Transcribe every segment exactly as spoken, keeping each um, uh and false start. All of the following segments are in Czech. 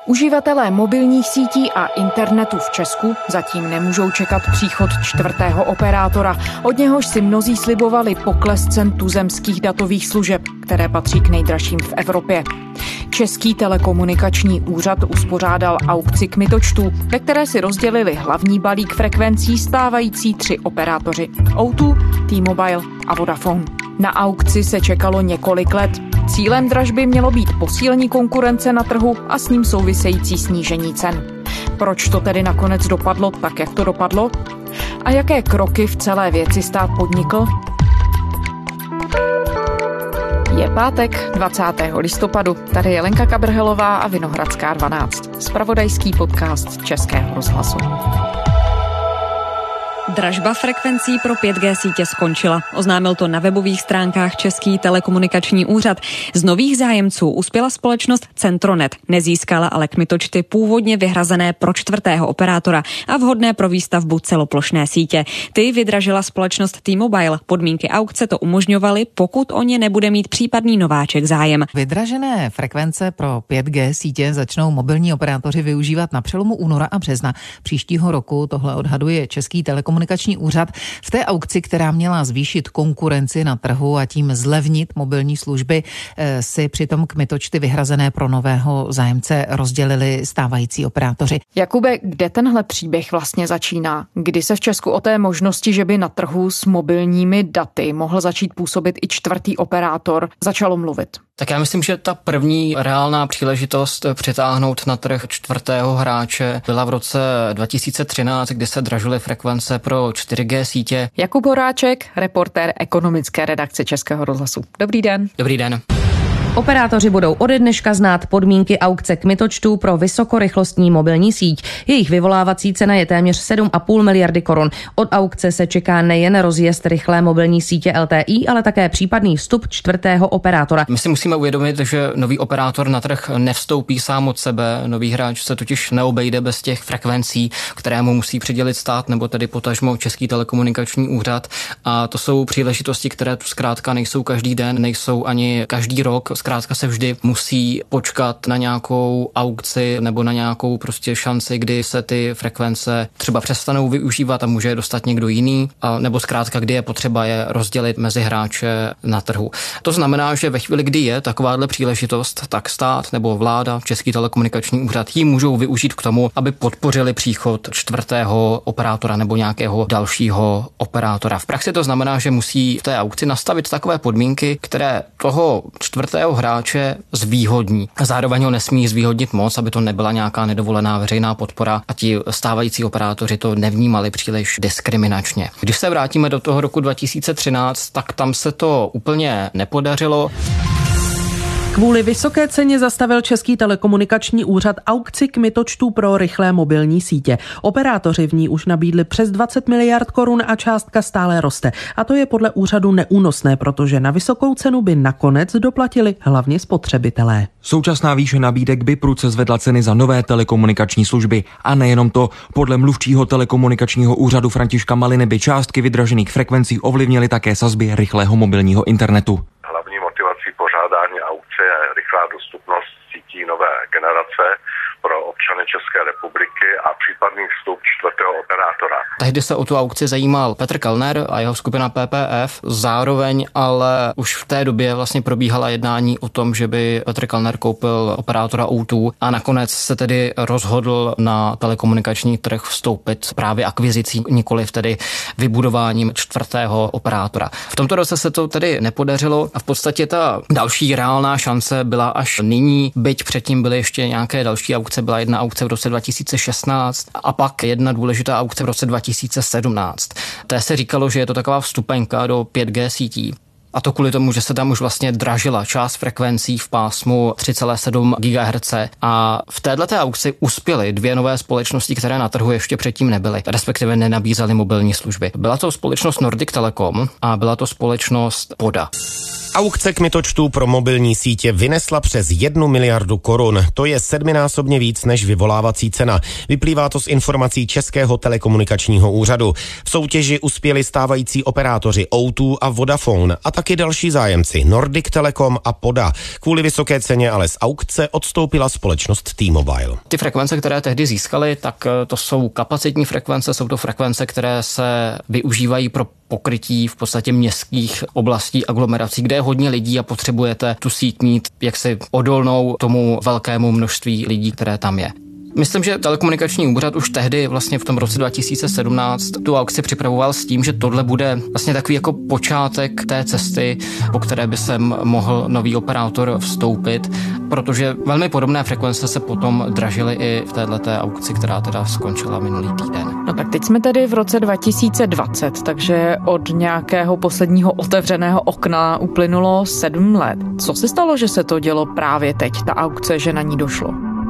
Uživatelé mobilních sítí a internetu v Česku zatím nemůžou čekat příchod čtvrtého operátora. Od něhož si mnozí slibovali pokles cen tuzemských datových služeb, které patří k nejdražším v Evropě. Český telekomunikační úřad uspořádal aukci kmitočtů, ve které si rozdělili hlavní balík frekvencí stávající tři operátoři O dva, T-Mobile a Vodafone. Na aukci se čekalo několik let. Cílem dražby mělo být posílení konkurence na trhu a s ním související snížení cen. Proč to tedy nakonec dopadlo tak, jak to dopadlo? A jaké kroky v celé věci stát podnikl? Je pátek, dvacátého listopadu. Tady je Lenka Kabrhelová a Vinohradská dvanáct. Zpravodajský podcast Českého rozhlasu. Dražba frekvencí pro pět G sítě skončila. Oznámil to na webových stránkách Český telekomunikační úřad. Z nových zájemců uspěla společnost Centronet. Nezískala ale kmitočty původně vyhrazené pro čtvrtého operátora a vhodné pro výstavbu celoplošné sítě. Ty vydražila společnost T-Mobile. Podmínky aukce to umožňovaly, pokud o ně nebude mít případný nováček zájem. Vydražené frekvence pro pět G sítě začnou mobilní operátoři využívat na přelomu února a března příštího roku. Tohle odhaduje Český telekomunikační komunikační úřad. V té aukci, která měla zvýšit konkurenci na trhu a tím zlevnit mobilní služby, si přitom kmitočty vyhrazené pro nového zájemce rozdělili stávající operátoři. Jakube, kde tenhle příběh vlastně začíná? Kdy se v Česku o té možnosti, že by na trhu s mobilními daty mohl začít působit i čtvrtý operátor, začalo mluvit? Tak já myslím, že ta první reálná příležitost přitáhnout na trh čtvrtého hráče byla v roce dva tisíce třináct, kdy se dražily frekvence pro čtyři G sítě. Jakub Horáček, reportér ekonomické redakce Českého rozhlasu. Dobrý den. Dobrý den. Operátoři budou ode dneška znát podmínky aukce kmitočtů pro vysokorychlostní mobilní síť. Jejich vyvolávací cena je téměř sedm a půl miliardy korun. Od aukce se čeká nejen rozjezd rychlé mobilní sítě L T I, ale také případný vstup čtvrtého operátora. My si musíme uvědomit, že nový operátor na trh nevstoupí sám od sebe. Nový hráč se totiž neobejde bez těch frekvencí, které mu musí přidělit stát nebo tedy potažmo Český telekomunikační úřad. A to jsou příležitosti, které tu zkrátka nejsou každý den, nejsou ani každý rok. Zkrátka se vždy musí počkat na nějakou aukci nebo na nějakou prostě šanci, kdy se ty frekvence třeba přestanou využívat a může je dostat někdo jiný, a nebo zkrátka, kdy je potřeba je rozdělit mezi hráče na trhu. To znamená, že ve chvíli, kdy je takováhle příležitost, tak stát nebo vláda, Český telekomunikační úřad ji můžou využít k tomu, aby podpořili příchod čtvrtého operátora nebo nějakého dalšího operátora. V praxi to znamená, že musí v té aukci nastavit takové podmínky, které toho čtvrtého hráče zvýhodní. Zároveň ho nesmí zvýhodnit moc, aby to nebyla nějaká nedovolená veřejná podpora a ti stávající operátoři to nevnímali příliš diskriminačně. Když se vrátíme do toho roku dva tisíce třináct, tak tam se to úplně nepodařilo. Kvůli vysoké ceně zastavil Český telekomunikační úřad aukci kmitočtů pro rychlé mobilní sítě. Operátoři v ní už nabídli přes dvacet miliard korun a částka stále roste. A to je podle úřadu neúnosné, protože na vysokou cenu by nakonec doplatili hlavně spotřebitelé. Současná výše nabídek by prudce zvedla ceny za nové telekomunikační služby. A nejenom to, podle mluvčího telekomunikačního úřadu Františka Maliny by částky vydražených frekvencí ovlivnily také sazby rychlého mobilního internetu. Pořádání aukce je rychlá dostupnost sítí nové generace pro občany České republiky a případný vstup čtvrtého operátora. Tehdy se o tu aukci zajímal Petr Kellner a jeho skupina P P F. Zároveň ale už v té době vlastně probíhala jednání o tom, že by Petr Kellner koupil operátora O dva a nakonec se tedy rozhodl na telekomunikační trh vstoupit právě akvizicí, nikoliv tedy vybudováním čtvrtého operátora. V tomto roce se to tedy nepodařilo a v podstatě ta další reálná šance byla až nyní, byť předtím byly ještě nějaké další aukce. Byla jedna aukce v roce dva tisíce šestnáct a pak jedna důležitá aukce v roce dva tisíce sedmnáct. Té se říkalo, že je to taková vstupenka do pět G sítí. A to kvůli tomu, že se tam už vlastně dražila část frekvencí v pásmu tři celá sedm gigahertz a v této aukci uspěly dvě nové společnosti, které na trhu ještě předtím nebyly, respektive nenabízely mobilní služby. Byla to společnost Nordic Telecom a byla to společnost Poda. Aukce kmitočtů pro mobilní sítě vynesla přes jednu miliardu korun. To je sedminásobně víc než vyvolávací cena. Vyplývá to z informací Českého telekomunikačního úřadu. V soutěži uspěli stávající operátoři O dva a Vodafone a taky další zájemci Nordic Telecom a Poda. Kvůli vysoké ceně ale z aukce odstoupila společnost T-Mobile. Ty frekvence, které tehdy získaly, tak to jsou kapacitní frekvence, jsou to frekvence, které se využívají pro pokrytí v podstatě městských oblastí, aglomerací, kde je hodně lidí a potřebujete tu síť mít jaksi odolnou tomu velkému množství lidí, které tam je. Myslím, že telekomunikační úřad už tehdy vlastně v tom roce dva tisíce sedmnáct tu aukci připravoval s tím, že tohle bude vlastně takový jako počátek té cesty, po které by sem mohl nový operátor vstoupit, protože velmi podobné frekvence se potom dražily i v této aukci, která teda skončila minulý týden. No tak teď jsme tedy v roce dva tisíce dvacet, takže od nějakého posledního otevřeného okna uplynulo sedm let. Co se stalo, že se to dělo právě teď, ta aukce, že na ní došlo?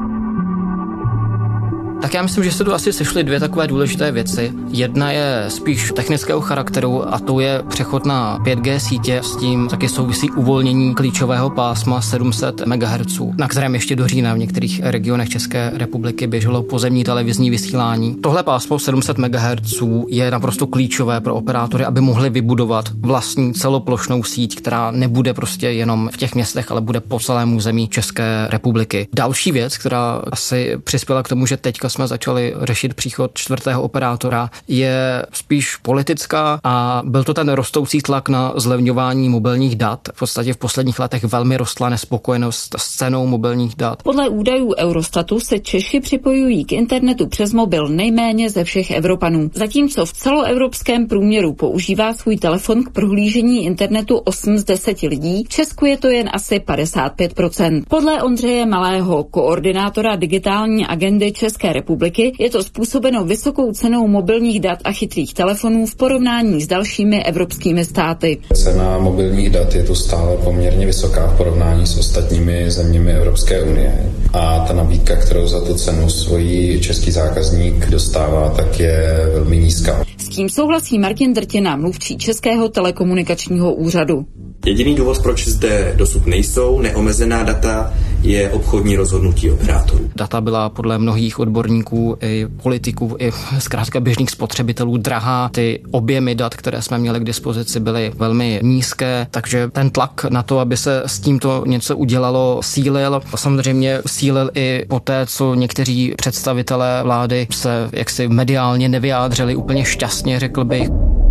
Tak já myslím, že se tu asi sešly dvě takové důležité věci. Jedna je spíš technického charakteru a to je přechod na pět G sítě, s tím taky souvisí uvolnění klíčového pásma sedm set megahertzů, na kterém ještě do října v některých regionech České republiky běželo pozemní televizní vysílání. Tohle pásmo sedm set megahertzů je naprosto klíčové pro operátory, aby mohli vybudovat vlastní celoplošnou síť, která nebude prostě jenom v těch městech, ale bude po celém území České republiky. Další věc, která asi přispěla k tomu, že teďka jsme začali řešit příchod čtvrtého operátora, je spíš politická a byl to ten rostoucí tlak na zlevňování mobilních dat. V podstatě v posledních letech velmi rostla nespokojenost s cenou mobilních dat. Podle údajů Eurostatu se Češi připojují k internetu přes mobil nejméně ze všech Evropanů. Zatímco v celoevropském průměru používá svůj telefon k prohlížení internetu osm z deseti lidí, v Česku je to jen asi padesát pět procent. Podle Ondřeje Malého, koordinátora digitální agendy České republiky, je to způsobeno vysokou cenou mobilních dat a chytrých telefonů v porovnání s dalšími evropskými státy. Cena mobilních dat je tu stále poměrně vysoká v porovnání s ostatními zeměmi Evropské unie a ta nabídka, kterou za tu cenu svůj český zákazník dostává, tak je velmi nízká. S tím souhlasí Martin Drtina, mluvčí Českého telekomunikačního úřadu. Jediný důvod, proč zde dosud nejsou neomezená data, je obchodní rozhodnutí operátorů. Data byla podle mnohých odborníků i politiků, i zkrátka běžných spotřebitelů drahá. Ty objemy dat, které jsme měli k dispozici, byly velmi nízké, takže ten tlak na to, aby se s tímto něco udělalo, sílil. Samozřejmě sílil i poté, co někteří představitelé vlády se jaksi mediálně nevyjádřili úplně šťastně, řekl bych.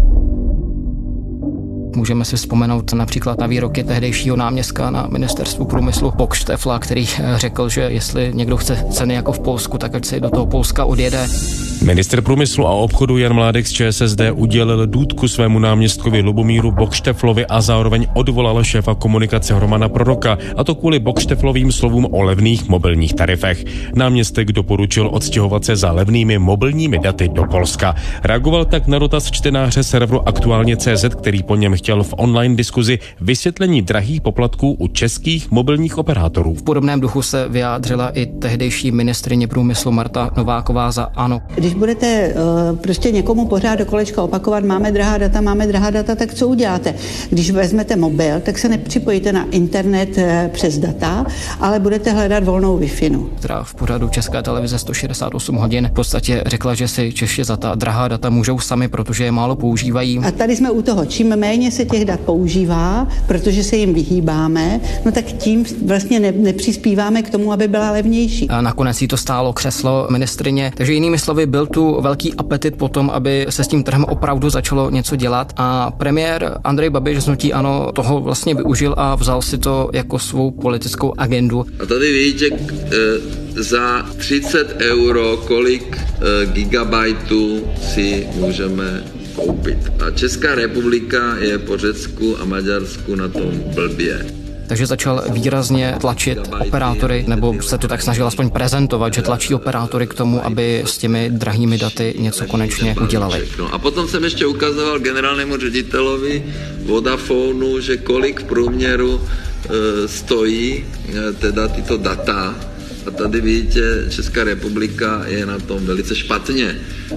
Můžeme si vzpomenout například na výroky tehdejšího náměstka na ministerstvu průmyslu Boxštefla, který řekl, že jestli někdo chce ceny jako v Polsku, tak ať si do toho Polska odjede. Ministr průmyslu a obchodu Jan Mládek z ČSSD udělil důtku svému náměstkovi Lubomíru Boxšteflovi a zároveň odvolal šéfa komunikace Romana Proroka, a to kvůli Boxšteflovým slovům o levných mobilních tarifech. Náměstek doporučil odstěhovat se za levnými mobilními daty do Polska. Reagoval tak na dotaz čtenáře serveru Aktuálně tečka cé zet, který po něm chtěl v online diskuzi vysvětlení drahých poplatků u českých mobilních operátorů. V podobném duchu se vyjádřila i tehdejší ministryně průmyslu Marta Nováková za ANO. Když budete uh, prostě někomu pořád do kolečka opakovat, máme drahá data, máme drahá data, tak co uděláte? Když vezmete mobil, tak se nepřipojíte na internet uh, přes data, ale budete hledat volnou Wi-Fi. Která v pořadu České televize sto šedesát osm hodin v podstatě řekla, že si Češi za ta drahá data můžou sami, protože je málo používají. A tady jsme u toho, čím méně se těch dat používá, protože se jim vyhýbáme, no tak tím vlastně ne, nepřispíváme k tomu, aby byla levnější. A nakonec jí to stálo křeslo ministryně, takže jinými slovy byl tu velký apetit potom, aby se s tím trhem opravdu začalo něco dělat, a premiér Andrej Babiš z hnutí ANO toho vlastně využil a vzal si to jako svou politickou agendu. A tady vidíte e, za třicet euro, kolik e, gigabajtů si můžeme koupit. A Česká republika je po Řecku a Maďarsku na tom blbě. Takže začal výrazně tlačit operátory, nebo se to tak snažil aspoň prezentovat, že tlačí operátory k tomu, aby s těmi drahými daty něco konečně udělali. A potom jsem ještě ukazoval generálnímu ředitelovi Vodafonu, že kolik v průměru e, stojí e, teda tyto data A tady vidíte, Česká republika je na tom velice špatně.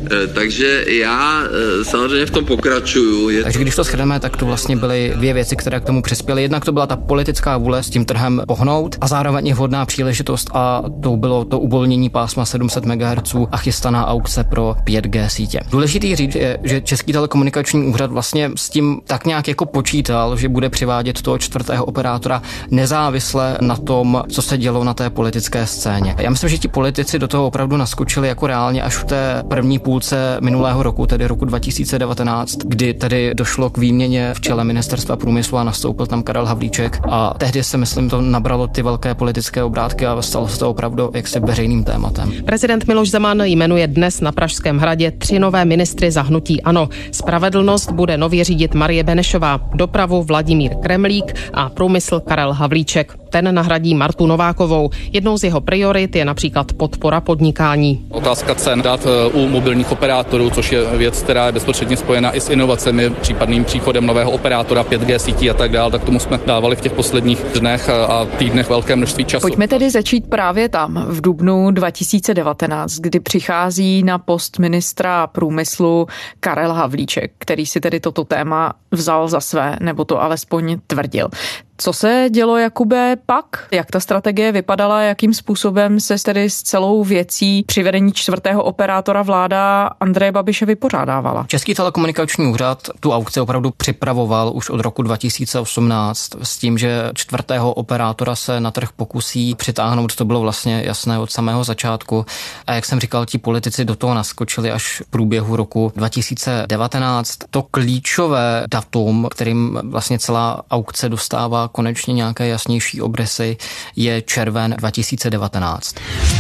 Takže já samozřejmě v tom pokračuju. Je... Takže když to shrneme, tak to vlastně byly dvě věci, které k tomu přispěly. Jednak to byla ta politická vůle s tím trhem pohnout a zároveň i vhodná příležitost a to bylo to uvolnění pásma sedm set megahertzů a chystaná aukce pro pět G sítě. Důležitý říct je, že Český telekomunikační úřad vlastně s tím tak nějak jako počítal, že bude přivádět toho čtvrtého operátora nezávisle na tom, co se dělo na té politické scéně. Já myslím, že ti politici do toho opravdu naskočili jako reálně až v té první půlce minulého roku, tedy roku dva tisíce devatenáct, kdy tedy došlo k výměně v čele ministerstva průmyslu a nastoupil tam Karel Havlíček a tehdy se myslím to nabralo ty velké politické obrátky a stalo se to opravdu jaksi veřejným tématem. Prezident Miloš Zeman jmenuje dnes na Pražském hradě tři nové ministry za hnutí ANO. Spravedlnost bude nově řídit Marie Benešová, dopravu Vladimír Kremlík a průmysl Karel Havlíček. Ten nahradí Martu Novákovou. Jednou z jeho priorit je například podpora podnikání. Otázka cen dat u mobilních operátorů, což je věc, která je bezprostředně spojena i s inovacemi, případným příchodem nového operátora pět G sítí a tak dále, tak tomu jsme dávali v těch posledních dnech a týdnech velké množství času. Pojďme tedy začít právě tam, v dubnu dva tisíce devatenáct, kdy přichází na post ministra průmyslu Karel Havlíček, který si tedy toto téma vzal za své, nebo to alespoň tvrdil. Co se dělo, Jakube, pak? Jak ta strategie vypadala, jakým způsobem se tedy s celou věcí při vedení čtvrtého operátora vláda Andreje Babiše vypořádávala? Český telekomunikační úřad tu aukci opravdu připravoval už od roku dva tisíce osmnáct s tím, že čtvrtého operátora se na trh pokusí přitáhnout, to bylo vlastně jasné od samého začátku. A jak jsem říkal, ti politici do toho naskočili až v průběhu roku dva tisíce devatenáct. To klíčové datum, kterým vlastně celá aukce dostává konečně nějaké jasnější obrysy, je červen dva tisíce devatenáct.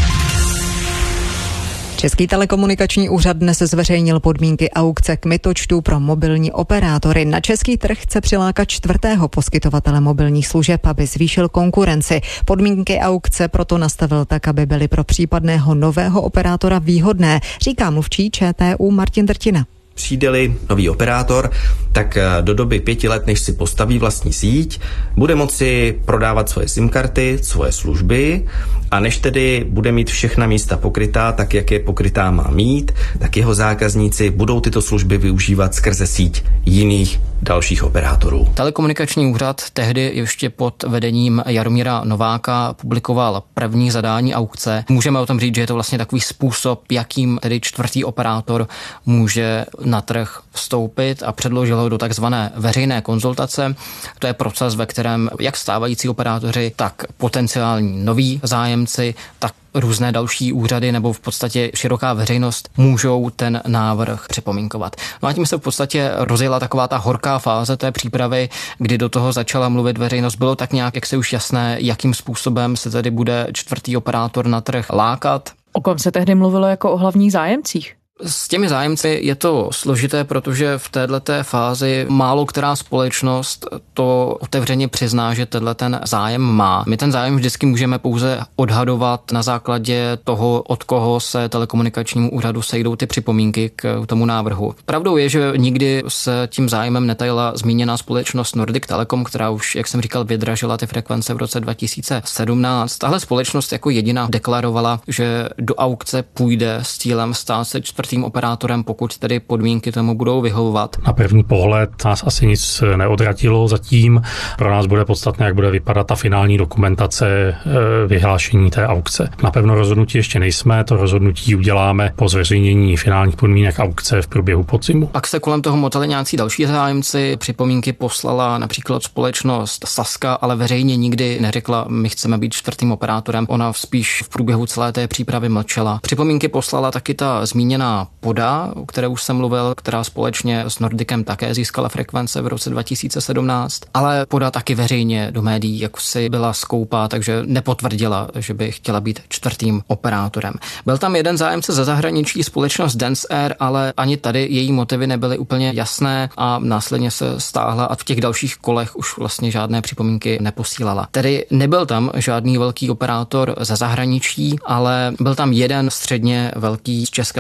Český telekomunikační úřad dnes zveřejnil podmínky aukce kmitočtů pro mobilní operátory. Na český trh chce přilákat čtvrtého poskytovatele mobilních služeb, aby zvýšil konkurenci. Podmínky aukce proto nastavil tak, aby byly pro případného nového operátora výhodné, říká mluvčí ČTÚ Martin Drtina. Přijde-li nový operátor, tak do doby pěti let, než si postaví vlastní síť, bude moci prodávat svoje SIM karty, svoje služby a než tedy bude mít všechna místa pokrytá, tak jak je pokrytá má mít, tak jeho zákazníci budou tyto služby využívat skrze síť jiných dalších operátorů. Telekomunikační úřad tehdy ještě pod vedením Jaromíra Nováka publikoval první zadání aukce. Můžeme o tom říct, že je to vlastně takový způsob, jakým tedy čtvrtý operátor může na trh vstoupit a předložil ho do takzvané veřejné konzultace. To je proces, ve kterém jak stávající operátoři, tak potenciální noví zájemci, tak různé další úřady nebo v podstatě široká veřejnost můžou ten návrh připomínkovat. No a tím se v podstatě rozjela taková ta horká fáze té přípravy, kdy do toho začala mluvit veřejnost. Bylo tak nějak, jak se už jasné, jakým způsobem se tedy bude čtvrtý operátor na trh lákat. O kom se tehdy mluvilo jako o hlavních zájemcích? S těmi zájemci je to složité, protože v této fázi málo která společnost to otevřeně přizná, že tenhle ten zájem má. My ten zájem vždycky můžeme pouze odhadovat na základě toho, od koho se telekomunikačnímu úřadu sejdou ty připomínky k tomu návrhu. Pravdou je, že nikdy se tím zájmem netajila zmíněná společnost Nordic Telecom, která už, jak jsem říkal, vydražila ty frekvence v roce dva tisíce sedmnáct. Tahle společnost jako jediná deklarovala, že do aukce půjde s cílem stát se čtvrtým operátorem, pokud tedy podmínky tomu budou vyhovovat. Na první pohled nás asi nic neodratilo zatím. Pro nás bude podstatné, jak bude vypadat ta finální dokumentace vyhlášení té aukce. Na pevno rozhodnutí ještě nejsme, to rozhodnutí uděláme po zveřejnění finálních podmínek aukce v průběhu podzimu. Pak se kolem toho motali nějací další zájemci. Připomínky poslala například společnost Saska, ale veřejně nikdy neřekla, my chceme být čtvrtým operátorem. Ona spíš v průběhu celé té přípravy mlčela. Připomínky poslala taky ta zmíněná Poda, o které už jsem mluvil, která společně s Nordicem také získala frekvence v roce dva tisíce sedmnáct, ale Poda taky veřejně do médií jako si byla skoupá, takže nepotvrdila, že by chtěla být čtvrtým operátorem. Byl tam jeden zájemce ze zahraničí, společnost Dance Air, ale ani tady její motivy nebyly úplně jasné a následně se stáhla a v těch dalších kolech už vlastně žádné připomínky neposílala. Tedy nebyl tam žádný velký operátor ze zahraničí, ale byl tam jeden středně velký z Česka, který tedy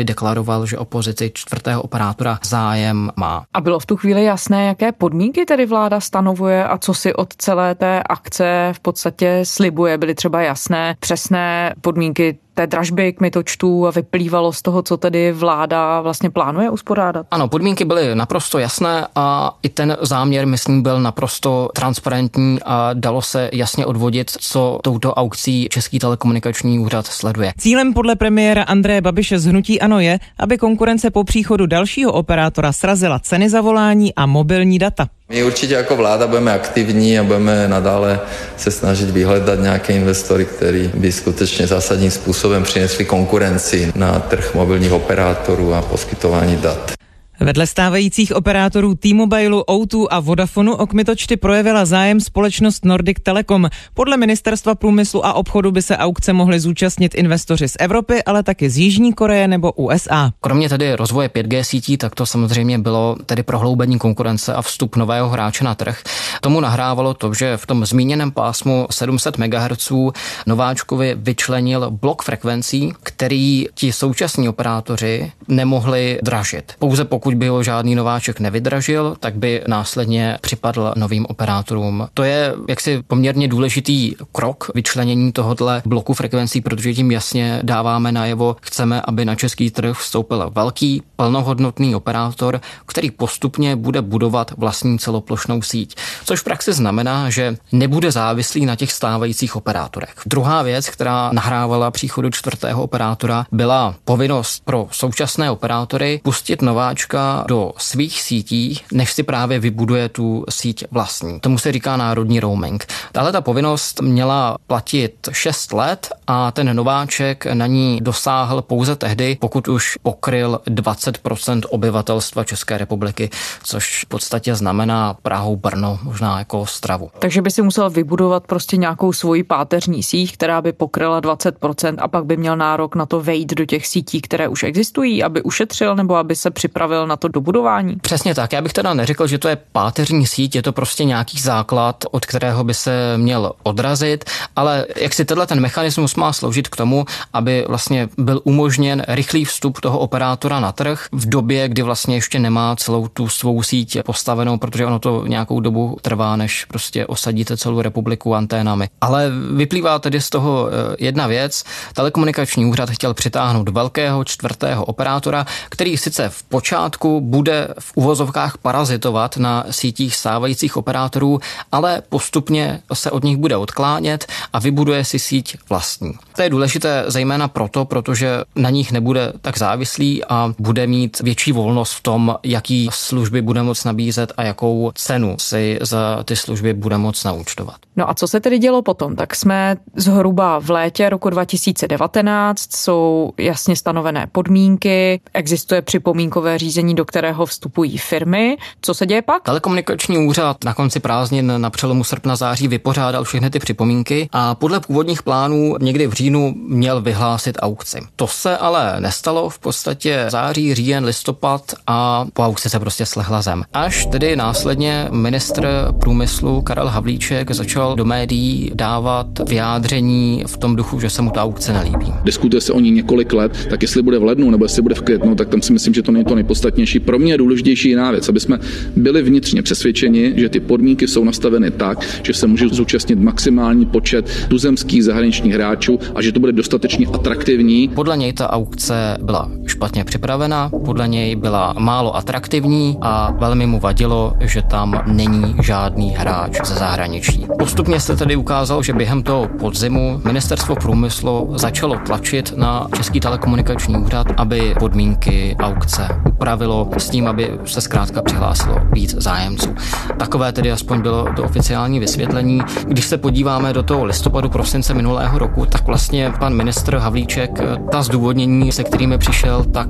tedy deklaroval, že o pozici čtvrtého operátora zájem má. A bylo v tu chvíli jasné, jaké podmínky tedy vláda stanovuje a co si od celé té akce v podstatě slibuje? Byly třeba jasné, přesné podmínky té dražby kmitočtů a vyplývalo z toho, co tedy vláda vlastně plánuje uspořádat? Ano, podmínky byly naprosto jasné a i ten záměr, myslím, byl naprosto transparentní a dalo se jasně odvodit, co touto aukcí Český telekomunikační úřad sleduje. Cílem podle premiéra Andreje Babiše z hnutí ANO je, aby konkurence po příchodu dalšího operátora srazila ceny za volání a mobilní data. My určitě jako vláda budeme aktivní a budeme nadále se snažit vyhledat nějaké investory, který by skutečně zásadním způsobem přinesli konkurenci na trh mobilních operátorů a poskytování dat. Vedle stávajících operátorů T-Mobilu, O dva a Vodafonu o kmitočty projevila zájem společnost Nordic Telecom. Podle Ministerstva průmyslu a obchodu by se aukce mohli zúčastnit investoři z Evropy, ale taky z Jižní Koreje nebo U S A. Kromě tedy rozvoje pět G sítí, tak to samozřejmě bylo tedy prohloubení konkurence a vstup nového hráče na trh. Tomu nahrávalo to, že v tom zmíněném pásmu sedm set megahertzů nováčkovi vyčlenil blok frekvencí, který ti současní operátoři nemohli dražit. Pouze pokud by ho žádný nováček nevydražil, tak by následně připadl novým operátorům. To je jaksi poměrně důležitý krok vyčlenění tohohle bloku frekvencí, protože tím jasně dáváme najevo, chceme, aby na český trh vstoupil velký, plnohodnotný operátor, který postupně bude budovat vlastní celoplošnou síť. Což v praxi znamená, že nebude závislý na těch stávajících operátorech. Druhá věc, která nahrávala příchodu čtvrtého operátora, byla povinnost pro současné operátory pustit nováčka do svých sítí, než si právě vybuduje tu síť vlastní. Tomu se říká národní roaming. Tahle ta povinnost měla platit šest let a ten nováček na ní dosáhl pouze tehdy, pokud už pokryl dvacet procent obyvatelstva České republiky, což v podstatě znamená Prahu, Brno, možná jako Ostravu. Takže by si musel vybudovat prostě nějakou svoji páteřní síť, která by pokryla dvacet procent a pak by měl nárok na to vejít do těch sítí, které už existují, aby ušetřil nebo aby se připravil na to dobudování. Přesně tak. Já bych teda neřekl, že to je páteřní síť, je to prostě nějaký základ, od kterého by se měl odrazit, ale jak si tenhle ten mechanismus má sloužit k tomu, aby vlastně byl umožněn rychlý vstup toho operátora na trh v době, kdy vlastně ještě nemá celou tu svou síť postavenou, protože ono to nějakou dobu trvá, než prostě osadíte celou republiku anténami. Ale vyplývá tedy z toho jedna věc. Telekomunikační úřad chtěl přitáhnout velkého čtvrtého operátora, který sice v počátku bude v uvozovkách parazitovat na sítích stávajících operátorů, ale postupně se od nich bude odklánět a vybuduje si síť vlastní. To je důležité zejména proto, protože na nich nebude tak závislý a bude mít větší volnost v tom, jaký služby bude moct nabízet a jakou cenu si za ty služby bude moct naúčtovat. No a co se tedy dělo potom? Tak jsme zhruba v létě roku dva tisíce devatenáct, jsou jasně stanovené podmínky, existuje připomínkové řízení, do kterého vstupují firmy. Co se děje pak? Telekomunikační úřad na konci prázdnin na přelomu srpna září vypořádal všechny ty připomínky a podle původních plánů někdy v říjnu měl vyhlásit aukci. To se ale nestalo, v podstatě září, říjen, listopad a po aukci se prostě slehla zem. Až tedy následně ministr průmyslu Karel Havlíček začal do médií dávat vyjádření v tom duchu, že se mu ta aukce nelíbí. Diskutuje se o ní několik let, tak jestli bude v lednu nebo jestli bude v květnu, tak tam si myslím, že to není to nejpodstatnější. Pro mě je důležitější jiná věc, aby jsme byli vnitřně přesvědčeni, že ty podmínky jsou nastaveny tak, že se může zúčastnit maximální počet tuzemských zahraničních hráčů a že to bude dostatečně atraktivní. Podle něj ta aukce byla špatně připravena, podle něj byla málo atraktivní a velmi mu vadilo, že tam není žádný hráč ze zahraničí. Postupně se tedy ukázalo, že během toho podzimu ministerstvo průmyslu začalo tlačit na Český telekomunikační úřad, aby podmínky aukce upravilo s tím, aby se zkrátka přihlásilo víc zájemců. Takové tedy aspoň bylo to oficiální vysvětlení. Když se podíváme do toho listopadu, prosince minulého roku, tak vlastně pan ministr Havlíček, ta zdůvodnění, se kterými přišel, tak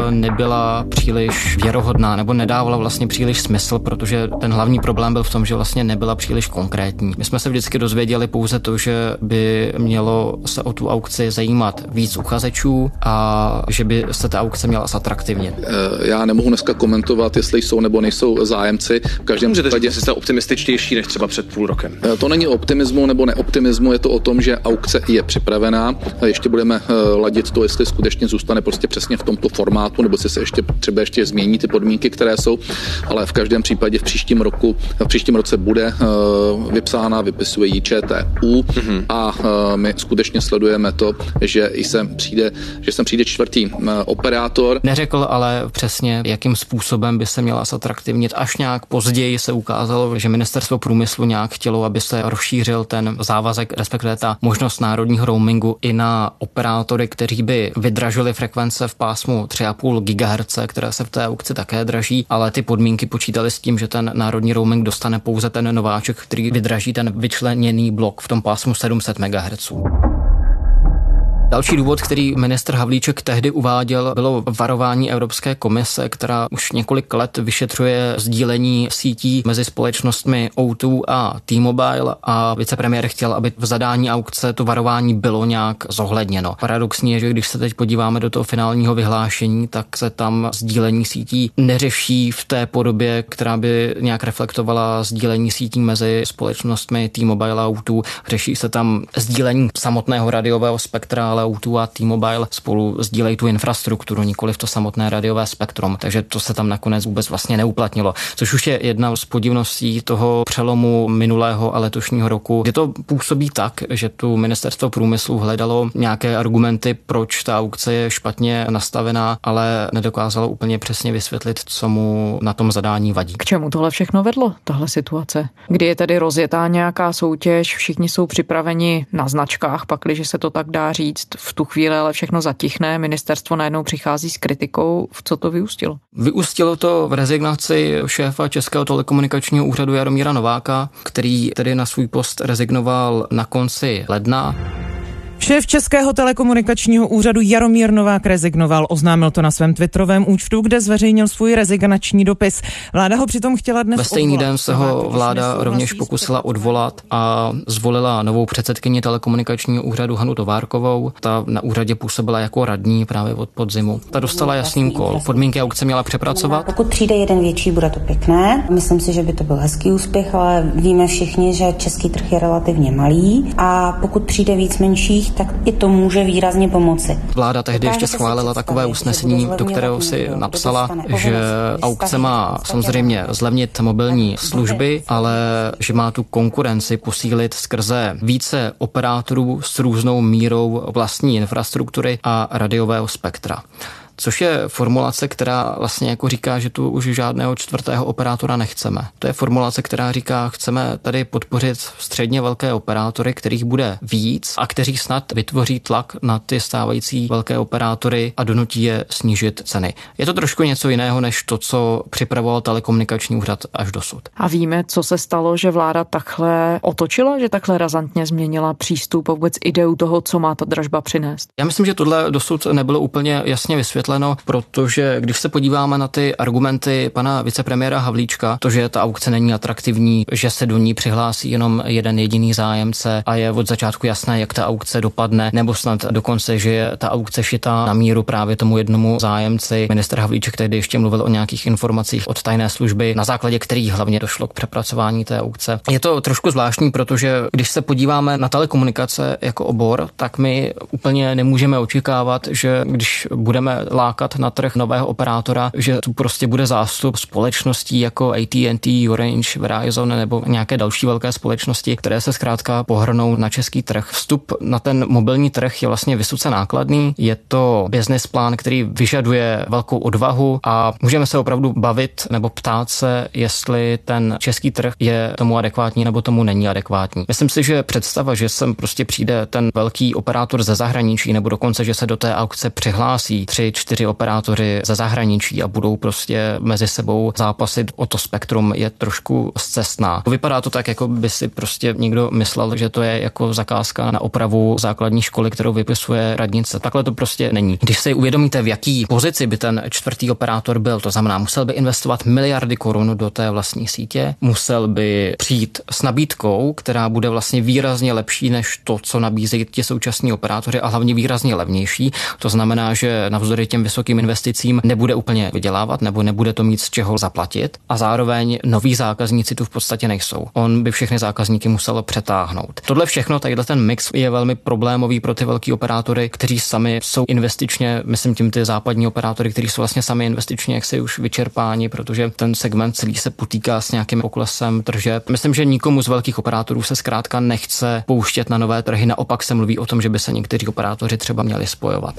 nebyla příliš věrohodná nebo nedávala vlastně příliš smysl, protože ten hlavní problém byl v tom, že vlastně nebyla příliš konkrétní. My jsme se vždycky dozvěděli pouze to, že by mělo se o tu aukci zajímat víc uchazečů a že by se ta aukce měla zatraktivnit. Já nemohu dneska komentovat, jestli jsou nebo nejsou zájemci. V každém případě jste optimističtější než třeba před půl rokem. To není o optimismu nebo neoptimismu, je to o tom, že aukce je připravená. Ještě budeme ladit to, jestli skutečně zůstane prostě přesně v tom tomto formátu, nebo se ještě třeba ještě změní ty podmínky, které jsou, ale v každém případě v příštím roku, v příštím roce bude uh, vypsána, vypisuje ji ČTÚ mm-hmm. a uh, my skutečně sledujeme to, že i sem přijde, že sem přijde čtvrtý uh, operátor. Neřekl ale přesně, jakým způsobem by se měla zatraktivnit. Až nějak později se ukázalo, že ministerstvo průmyslu nějak chtělo, aby se rozšířil ten závazek, respektive ta možnost národního roamingu i na operátory, kteří by vydražili frekvence v pásmu tři a půl gigahertzu, které se v té aukci také draží, ale ty podmínky počítaly s tím, že ten národní roaming dostane pouze ten nováček, který vydraží ten vyčleněný blok v tom pásmu sedm set megahertzů. Další důvod, který ministr Havlíček tehdy uváděl, bylo varování Evropské komise, která už několik let vyšetřuje sdílení sítí mezi společnostmi O dva a T-Mobile a vicepremiér chtěl, aby v zadání aukce to varování bylo nějak zohledněno. Paradoxní je, že když se teď podíváme do toho finálního vyhlášení, tak se tam sdílení sítí neřeší v té podobě, která by nějak reflektovala sdílení sítí mezi společnostmi T-Mobile a O dva. Řeší se tam sdílení samotného radiového spektra, O dva a T-Mobile spolu sdílejí tu infrastrukturu, nikoli v to samotné radiové spektrum, takže to se tam nakonec vůbec vlastně neuplatnilo, což už je jedna z podivností toho přelomu minulého a letošního roku. Je to působí tak, že tu ministerstvo průmyslu hledalo nějaké argumenty, proč ta aukce je špatně nastavená, ale nedokázalo úplně přesně vysvětlit, co mu na tom zadání vadí. K čemu tohle všechno vedlo, tahle situace? Kdy je tedy rozjetá nějaká soutěž, všichni jsou připraveni na značkách, pakliže se to tak dá říct. V tu chvíli ale všechno zatichne, ministerstvo najednou přichází s kritikou. V co to vyústilo? Vyústilo to v rezignaci šéfa Českého telekomunikačního úřadu Jaromíra Nováka, který tedy na svůj post rezignoval na konci ledna. Šéf Českého telekomunikačního úřadu Jaromír Novák rezignoval, oznámil to na svém twitterovém účtu, kde zveřejnil svůj rezignační dopis. Vláda ho přitom chtěla dnes Ve stejný odvolat. den se ho vláda rovněž pokusila odvolat a zvolila novou předsedkyni telekomunikačního úřadu Hanu Továrkovou. Ta na úřadě působila jako radní právě od podzimu. Ta dostala jasný úkol. Podmínky aukce měla přepracovat. Pokud přijde jeden větší, bude to pěkné. Myslím si, že by to byl hezký úspěch, ale víme všichni, že český trh je relativně malý a pokud přijde víc menších, tak i to může výrazně pomoci. Vláda tehdy ještě schválila takové usnesení, do kterého si napsala, že aukce má samozřejmě zlevnit mobilní služby, ale že má tu konkurenci posílit skrze více operátorů s různou mírou vlastní infrastruktury a radiového spektra. Což je formulace, která vlastně jako říká, že tu už žádného čtvrtého operátora nechceme. To je formulace, která říká, chceme tady podpořit středně velké operátory, kterých bude víc a kteří snad vytvoří tlak na ty stávající velké operátory a donutí je snížit ceny. Je to trošku něco jiného, než to, co připravoval telekomunikační úřad až dosud. A víme, co se stalo, že vláda takhle otočila, že takhle razantně změnila přístup a vůbec ideu toho, co má ta dražba přinést? Já myslím, že tohle dosud nebylo úplně jasně vysvětleno, protože když se podíváme na ty argumenty pana vicepremiéra Havlíčka, to, že ta aukce není atraktivní, že se do ní přihlásí jenom jeden jediný zájemce a je od začátku jasné, jak ta aukce dopadne, nebo snad dokonce, že je ta aukce šitá na míru právě tomu jednomu zájemci. Ministr Havlíček tehdy ještě mluvil o nějakých informacích od tajné služby, na základě kterých hlavně došlo k přepracování té aukce. Je to trošku zvláštní, protože když se podíváme na telekomunikace jako obor, tak my úplně nemůžeme očekávat, že když budeme lákat na trh nového operátora, že tu prostě bude zástup společností jako A T and T, Orange, Verizon nebo nějaké další velké společnosti, které se zkrátka pohrnou na český trh. Vstup na ten mobilní trh je vlastně vysoce nákladný, je to business plán, který vyžaduje velkou odvahu a můžeme se opravdu bavit nebo ptát se, jestli ten český trh je tomu adekvátní nebo tomu není adekvátní. Myslím si, že představa, že sem prostě přijde ten velký operátor ze zahraničí nebo dokonce, že se do té aukce přihlásí tři, čtyři operátory ze zahraničí a budou prostě mezi sebou zápasit o to spektrum, je trošku scestná. Vypadá to tak, jako by si prostě někdo myslel, že to je jako zakázka na opravu základní školy, kterou vypisuje radnice. Takhle to prostě není. Když si uvědomíte, v jaký pozici by ten čtvrtý operátor byl, to znamená, musel by investovat miliardy korun do té vlastní sítě, musel by přijít s nabídkou, která bude vlastně výrazně lepší než to, co nabízejí ti současní operátoři a hlavně výrazně levnější. To znamená, že navzdory těm vysokým investicím nebude úplně vydělávat nebo nebude to mít z čeho zaplatit a zároveň noví zákazníci tu v podstatě nejsou. On by všechny zákazníky musel přetáhnout. Tohle všechno, tadyhle ten mix je velmi problémový pro ty velký operátory, kteří sami jsou investičně, myslím tím ty západní operátory, kteří jsou vlastně sami investičně jaksi už vyčerpáni, protože ten segment celý se potýká s nějakým poklesem tržeb. Myslím, že nikomu z velkých operátorů se zkrátka nechce pouštět na nové trhy, naopak se mluví o tom, že by se někteří operátoři třeba měli spojovat.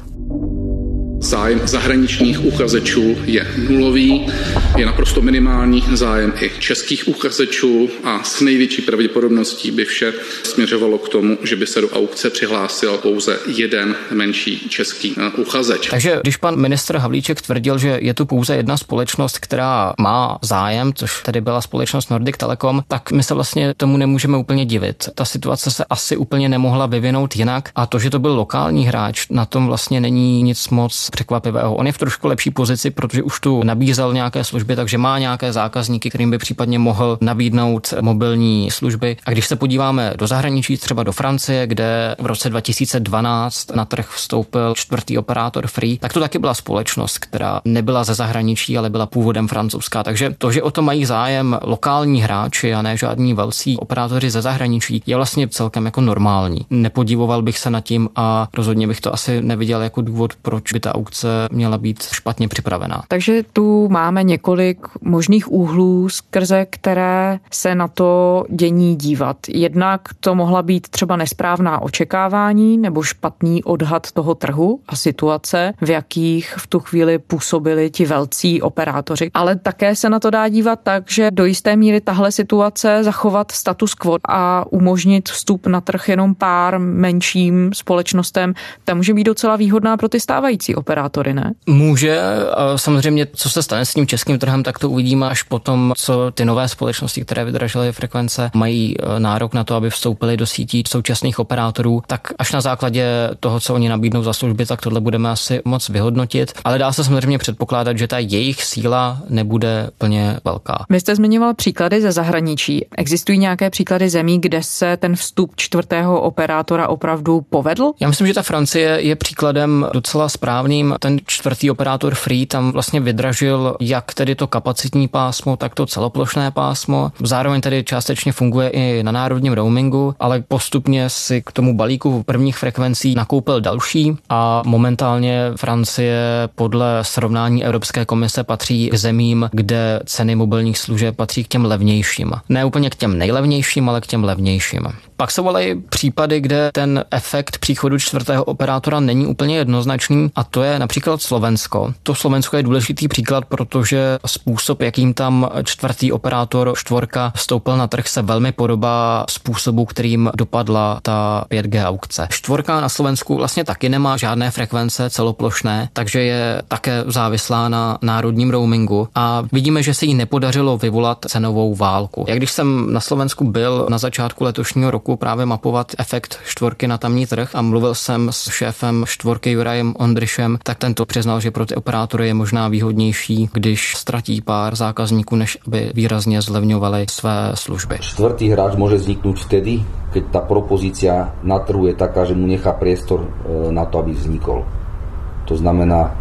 Zájem zahraničních uchazečů je nulový, je naprosto minimální zájem i českých uchazečů a s největší pravděpodobností by vše směřovalo k tomu, že by se do aukce přihlásil pouze jeden menší český uchazeč. Takže když pan ministr Havlíček tvrdil, že je tu pouze jedna společnost, která má zájem, což tedy byla společnost Nordic Telecom, tak my se vlastně tomu nemůžeme úplně divit. Ta situace se asi úplně nemohla vyvinout jinak a to, že to byl lokální hráč, na tom vlastně není nic moc překvapivého. On je v trošku lepší pozici, protože už tu nabízel nějaké služby, takže má nějaké zákazníky, kterým by případně mohl nabídnout mobilní služby. A když se podíváme do zahraničí, třeba do Francie, kde v roce dva tisíce dvanáct na trh vstoupil čtvrtý operátor Free, tak to taky byla společnost, která nebyla ze zahraničí, ale byla původem francouzská. Takže to, že o to mají zájem lokální hráči a ne žádní velcí operátoři ze zahraničí, je vlastně celkem jako normální. Nepodivoval bych se nad tím a rozhodně bych to asi neviděl jako důvod, proč by ta aukce měla být špatně připravená. Takže tu máme několik možných úhlů, skrze které se na to dění dívat. Jednak to mohla být třeba nesprávná očekávání nebo špatný odhad toho trhu a situace, v jakých v tu chvíli působili ti velcí operátoři. Ale také se na to dá dívat tak, že do jisté míry tahle situace zachovat status quo a umožnit vstup na trh jenom pár menším společnostem, ta může být docela výhodná pro ty stávající operátory, ne? Může. Samozřejmě, co se stane s tím českým trhem, tak to uvidíme až potom, co ty nové společnosti, které vydražily frekvence, mají nárok na to, aby vstoupily do sítí současných operátorů, tak až na základě toho, co oni nabídnou za služby, tak tohle budeme asi moc vyhodnotit. Ale dá se samozřejmě předpokládat, že ta jejich síla nebude plně velká. Vy jste zmiňoval příklady ze zahraničí. Existují nějaké příklady zemí, kde se ten vstup čtvrtého operátora opravdu povedl? Já myslím, že ta Francie je příkladem docela správným. Ten čtvrtý operátor Free tam vlastně vydražil jak tedy to kapacitní pásmo, tak to celoplošné pásmo. Zároveň tedy částečně funguje i na národním roamingu, ale postupně si k tomu balíku prvních frekvencí nakoupil další a momentálně Francie podle srovnání Evropské komise patří k zemím, kde ceny mobilních služeb patří k těm levnějším. Ne úplně k těm nejlevnějším, ale k těm levnějším. Pak jsou ale případy, kde ten efekt příchodu čtvrtého operátora není úplně jednoznačný a to je například Slovensko. To Slovensko je důležitý příklad, protože způsob, jakým tam čtvrtý operátor čtvorka vstoupil na trh, se velmi podobá způsobu, kterým dopadla ta pět G aukce. Čtvorka na Slovensku vlastně taky nemá žádné frekvence celoplošné, takže je také závislá na národním roamingu a vidíme, že se jí nepodařilo vyvolat cenovou válku. Jak když jsem na Slovensku byl na začátku letošního roku právě mapovat efekt čtvorky na tamní trh a mluvil jsem s šéfem čtvorky Jurajem Ondryšem, tak tento přiznal, že pro ty operátory je možná výhodnější, když ztratí pár zákazníků, než aby výrazně zlevňovali své služby. Čtvrtý hráč môže vzniknúť vtedy, keď tá propozícia na trhu je taká, že mu nechá priestor na to, aby vznikol. To znamená,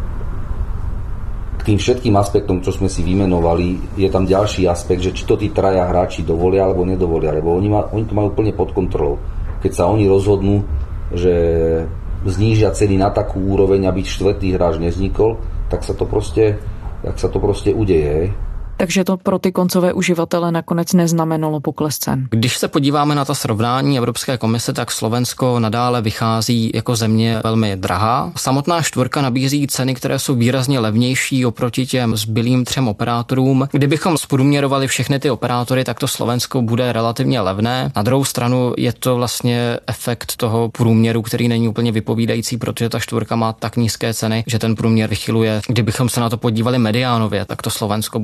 k tým všetkým aspektom, čo sme si vymenovali, je tam ďalší aspekt, že či to tí traja hráči dovolia alebo nedovolia, lebo oni, ma, oni to majú úplne pod kontrolou. Keď sa oni rozhodnú, že znížia ceny na takú úroveň, aby štvrtý hráč nevznikol, tak sa to proste, tak sa to proste udeje. Takže to pro ty koncové uživatele nakonec neznamenalo pokles cen. Když se podíváme na ta srovnání Evropské komise, tak Slovensko nadále vychází jako země velmi drahá. Samotná čtvrka nabízí ceny, které jsou výrazně levnější oproti těm zbylým třem operátorům. Kdybychom zprůměrovali všechny ty operátory, tak to Slovensko bude relativně levné. Na druhou stranu je to vlastně efekt toho průměru, který není úplně vypovídající, protože ta čtvrka má tak nízké ceny, že ten průměr vychyluje. Kdybychom se na to podívali mediánově, tak to Slovensko bude vlastně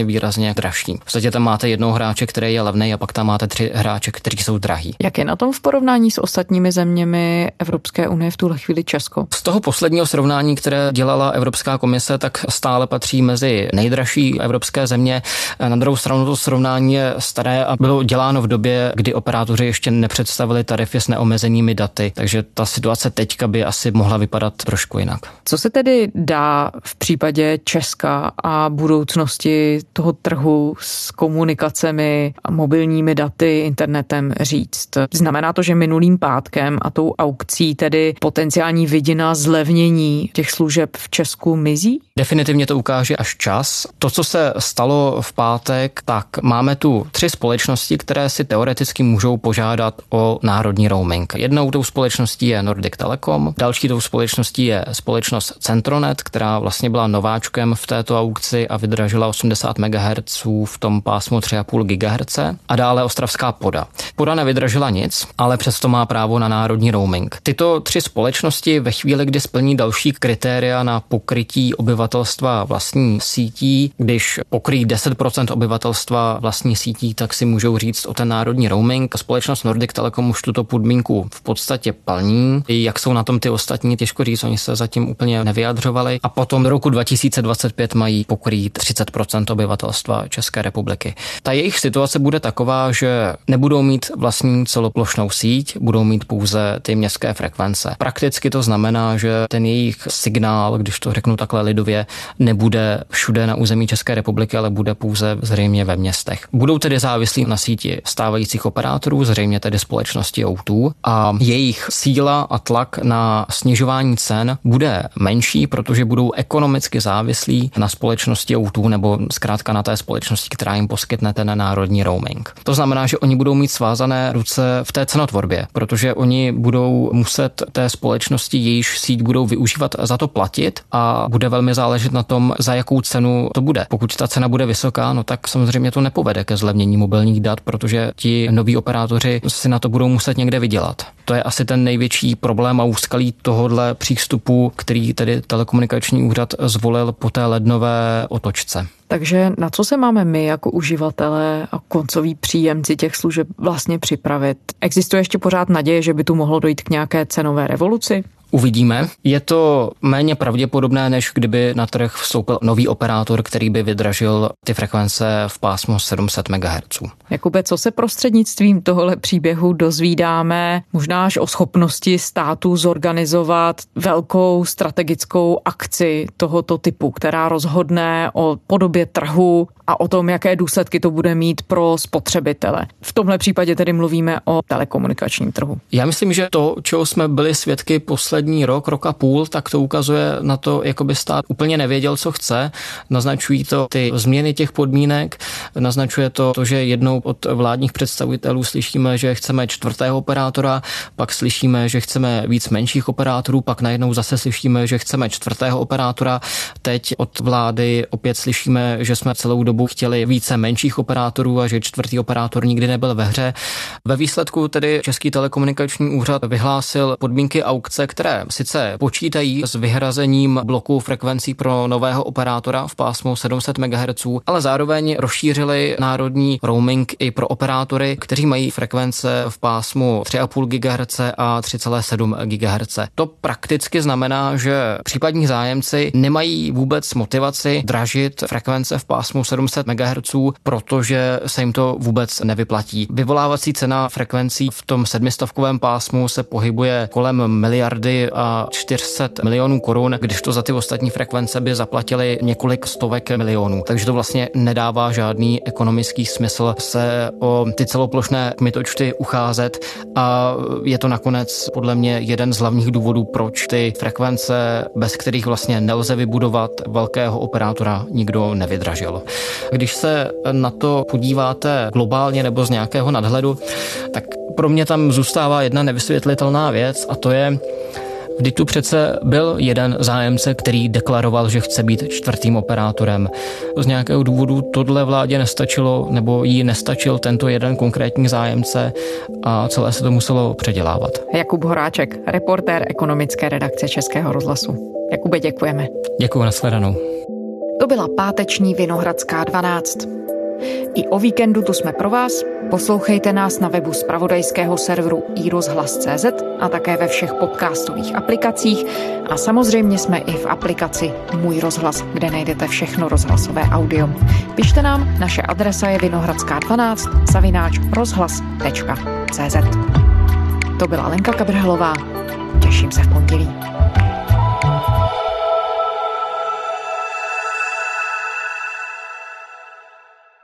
výrazně dražší. V podstatě tam máte jednoho hráče, který je levný, a pak tam máte tři hráče, kteří jsou drahý. Jak je na tom v porovnání s ostatními zeměmi Evropské unie v tuhle chvíli Česko? Z toho posledního srovnání, které dělala Evropská komise, tak stále patří mezi nejdražší evropské země. Na druhou stranu to srovnání je staré a bylo děláno v době, kdy operátoři ještě nepředstavili tarify s neomezenými daty, takže ta situace teďka by asi mohla vypadat trošku jinak. Co se tedy dá v případě Česka a budoucnosti toho trhu s komunikacemi a mobilními daty, internetem říct? Znamená to, že minulým pátkem a tou aukcí tedy potenciální vidina zlevnění těch služeb v Česku mizí? Definitivně to ukáže až čas. To, co se stalo v pátek, tak máme tu tři společnosti, které si teoreticky můžou požádat o národní roaming. Jednou tou společností je Nordic Telecom, další tou společností je společnost Centronet, která vlastně byla nováčkem v této aukci a vydražila osmdesát megahertzů v tom pásmu tři a půl gigaherce, a dále ostravská Poda. Poda nevydražila nic, ale přesto má právo na národní roaming. Tyto tři společnosti ve chvíli, kdy splní další kritéria na pokrytí obyvatelstva vlastní sítí, když pokryjí deset procent obyvatelstva vlastní sítí, tak si můžou říct o ten národní roaming. Společnost Nordic Telecom už tuto podmínku v podstatě plní. Jak jsou na tom ty ostatní, těžko říct, oni se zatím úplně nevyjadřovali. A potom do roku dva tisíce dvacet pět mají pokrýt třicet procent obyvatelstva České republiky. Ta jejich situace bude taková, že nebudou mít vlastní celoplošnou síť, budou mít pouze ty městské frekvence. Prakticky to znamená, že ten jejich signál, když to řeknu takhle lidově, nebude všude na území České republiky, ale bude pouze zřejmě ve městech. Budou tedy závislí na síti stávajících operátorů, zřejmě tedy společnosti O dva, a jejich síla a tlak na snižování cen bude menší, protože budou ekonomicky závislí na společnosti O dva nebo zkrátka na té společnosti, která jim poskytne ten národní roaming. To znamená, že oni budou mít svázané ruce v té cenotvorbě, protože oni budou muset té společnosti, jejíž síť budou využívat, za to platit, a bude velmi záležet na tom, za jakou cenu to bude. Pokud ta cena bude vysoká, no tak samozřejmě to nepovede ke zlevnění mobilních dat, protože ti noví operátoři si na to budou muset někde vydělat. To je asi ten největší problém a úskalí tohodle přístupu, který tedy telekomunikační úřad zvolil po té lednové otočce. Takže na co se máme my jako uživatelé a koncoví příjemci těch služeb vlastně připravit? Existuje ještě pořád naděje, že by tu mohlo dojít k nějaké cenové revoluci? Uvidíme. Je to méně pravděpodobné, než kdyby na trh vstoupil nový operátor, který by vydražil ty frekvence v pásmu sedm set megahertzů. Jakube, co se prostřednictvím tohohle příběhu dozvídáme možná až o schopnosti státu zorganizovat velkou strategickou akci tohoto typu, která rozhodne o podobě trhu a o tom, jaké důsledky to bude mít pro spotřebitele. V tomhle případě tedy mluvíme o telekomunikačním trhu. Já myslím, že to, čeho jsme byli svědky poslední rok, rok a půl, tak to ukazuje na to, jako by stát úplně nevěděl, co chce. Naznačují to ty změny těch podmínek, naznačuje to, to že jednou od vládních představitelů slyšíme, že chceme čtvrtého operátora, pak slyšíme, že chceme víc menších operátorů, pak najednou zase slyšíme, že chceme čtvrtého operátora. Teď od vlády opět slyšíme, že jsme celou dobu chtěli více menších operátorů a že čtvrtý operátor nikdy nebyl ve hře. Ve výsledku tedy Český telekomunikační úřad vyhlásil podmínky aukce, které sice počítají s vyhrazením bloku frekvencí pro nového operátora v pásmu sedm set megahertzů, ale zároveň rozšířili národní roaming i pro operátory, kteří mají frekvence v pásmu tři a půl gigaherce a tři celá sedm gigaherce. To prakticky znamená, že případní zájemci nemají vůbec motivaci dražit frekvence v pásmu sedm set megahertzů, protože se jim to vůbec nevyplatí. Vyvolávací cena frekvencí v tom sedmistovkovém pásmu se pohybuje kolem miliardy a čtyři sta milionů korun, když to za ty ostatní frekvence by zaplatili několik stovek milionů. Takže to vlastně nedává žádný ekonomický smysl se o ty celoplošné kmitočty ucházet a je to nakonec podle mě jeden z hlavních důvodů, proč ty frekvence, bez kterých vlastně nelze vybudovat velkého operátora, nikdo nevydražil. Když se na to podíváte globálně nebo z nějakého nadhledu, tak pro mě tam zůstává jedna nevysvětlitelná věc a to je, vždyť tu přece byl jeden zájemce, který deklaroval, že chce být čtvrtým operátorem. Z nějakého důvodu tohle vládě nestačilo, nebo jí nestačil tento jeden konkrétní zájemce a celé se to muselo předělávat. Jakub Horáček, reportér ekonomické redakce Českého rozhlasu. Jakube, děkujeme. Děkuji, nashledanou. To byla páteční Vinohradská dvanáct. I o víkendu tu jsme pro vás. Poslouchejte nás na webu zpravodajského serveru i rozhlas tečka cé zet a také ve všech podcastových aplikacích. A samozřejmě jsme i v aplikaci Můj rozhlas, kde najdete všechno rozhlasové audio. Pište nám, naše adresa je vinohradská dvanáct zavináč rozhlas tečka cé zet. To byla Lenka Kabrhelová. Těším se v pondělí.